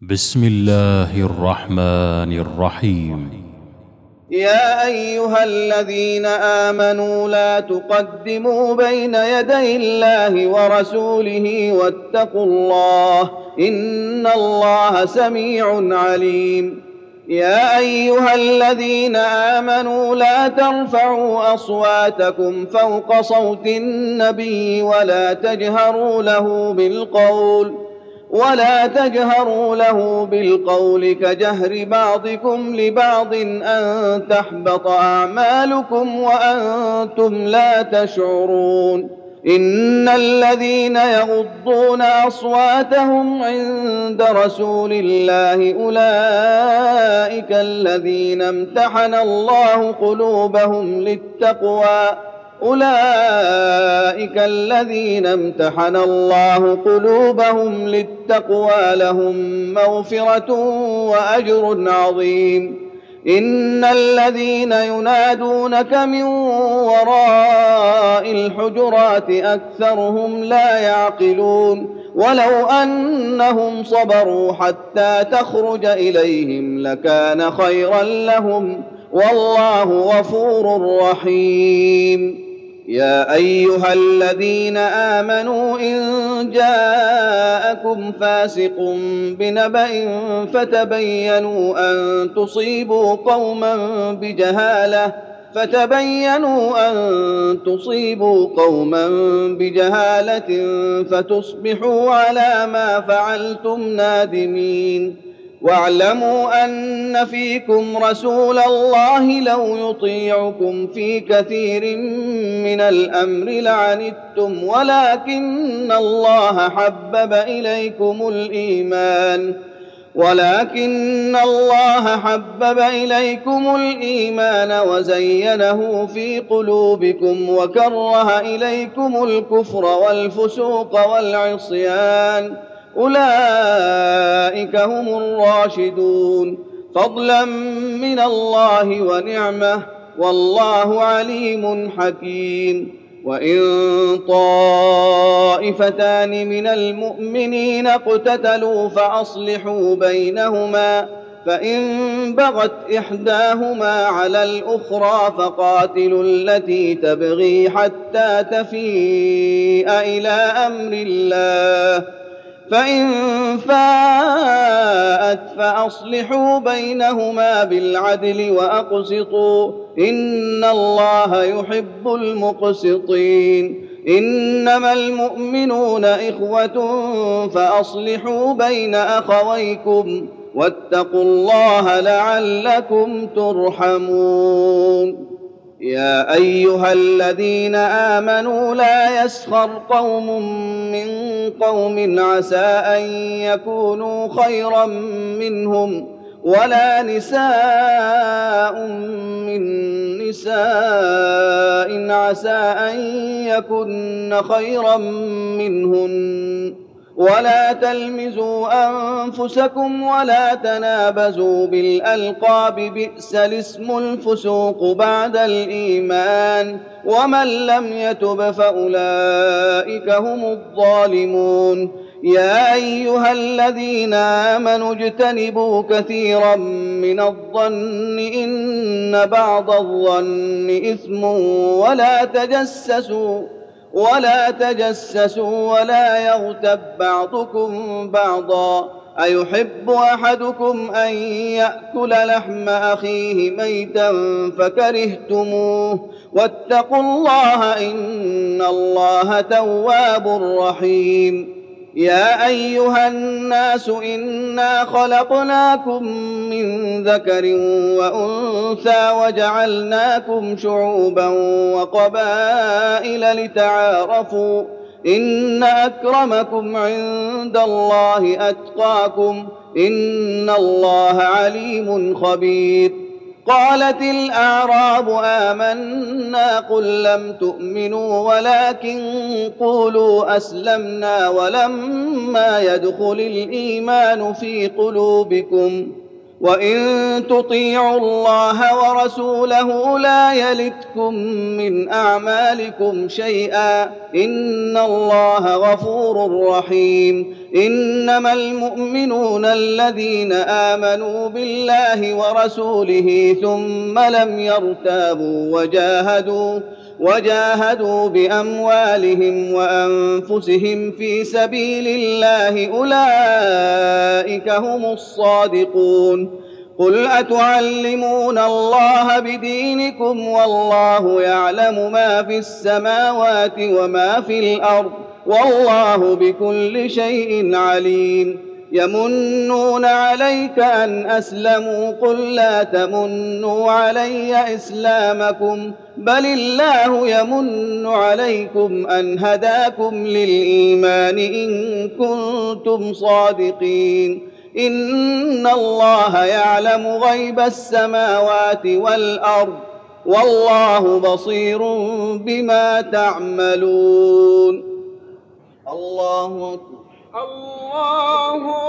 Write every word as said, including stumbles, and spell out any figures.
بسم الله الرحمن الرحيم. يا أيها الذين آمنوا لا تقدموا بين يدي الله ورسوله واتقوا الله إن الله سميع عليم. يا أيها الذين آمنوا لا ترفعوا أصواتكم فوق صوت النبي ولا تجهروا له بالقول ولا تجهروا له بالقول كجهر بعضكم لبعض أن تحبط أعمالكم وأنتم لا تشعرون. إن الذين يغضون أصواتهم عند رسول الله أولئك الذين امتحن الله قلوبهم للتقوى أولئك الذين امتحن الله قلوبهم للتقوى لهم مغفرة وأجر عظيم. إن الذين ينادونك من وراء الحجرات أكثرهم لا يعقلون ولو أنهم صبروا حتى تخرج إليهم لكان خيرا لهم والله غفور رحيم. يا أيها الذين آمنوا إن جاءكم فاسق بنبأ فتبينوا أن تصيبوا قوما بجهالة فتبينوا أن تصيبوا قوما بجهالة فتصبحوا على ما فعلتم نادمين. واعلموا أن فيكم رسول الله لو يطيعكم في كثير من الأمر لعنتم ولكن الله حبب إليكم الإيمان ولكن الله حبب إليكم الإيمان وزينه في قلوبكم وكره إليكم الكفر والفسوق والعصيان أولئك هم الراشدون فضلا من الله ونعمة والله عليم حكيم. وإن طائفتان من المؤمنين اقتتلوا فأصلحوا بينهما فإن بغت إحداهما على الأخرى فقاتلوا التي تبغي حتى تفيء إلى أمر الله فإن فاءت فأصلحوا بينهما بالعدل وأقسطوا إن الله يحب المقسطين. إنما المؤمنون إخوة فأصلحوا بين أخويكم واتقوا الله لعلكم ترحمون. يا أيها الذين آمنوا لا يسخر قوم من قوم عسى أن يكونوا خيرا منهم ولا نساء من نساء عسى أن يكن خيرا منهن ولا تلمزوا أنفسكم ولا تنابزوا بالألقاب بئس الاسم الفسوق بعد الإيمان ومن لم يتب فأولئك هم الظالمون. يا أيها الذين آمنوا اجتنبوا كثيرا من الظن إن بعض الظن إثم ولا تجسسوا ولا تجسسوا ولا يغتب بعضكم بعضا أيحب أحدكم أن يأكل لحم أخيه ميتا فكرهتموه واتقوا الله إن الله تواب رحيم. يا أيها الناس إنا خلقناكم من ذكر وأنثى وجعلناكم شعوبا وقبائل لتعارفوا إن أكرمكم عند الله أتقاكم إن الله عليم خبير. قالت الأعراب آمنا قل لم تؤمنوا ولكن قولوا أسلمنا ولما يدخل الإيمان في قلوبكم وإن تطيعوا الله ورسوله لا يلتكم من أعمالكم شيئا إن الله غفور رحيم. إنما المؤمنون الذين آمنوا بالله ورسوله ثم لم يرتابوا وجاهدوا وجاهدوا بأموالهم وأنفسهم في سبيل الله أولئك هم الصادقون. قل أتعلمون الله بدينكم والله يعلم ما في السماوات وما في الأرض والله بكل شيء عليم. يمنون عليك أن أسلموا قل لا تمنوا علي إسلامكم بل الله يمن عليكم أن هداكم للإيمان إن كنتم صادقين. إن الله يعلم غيب السماوات والأرض والله بصير بما تعملون. الله أكبر. الله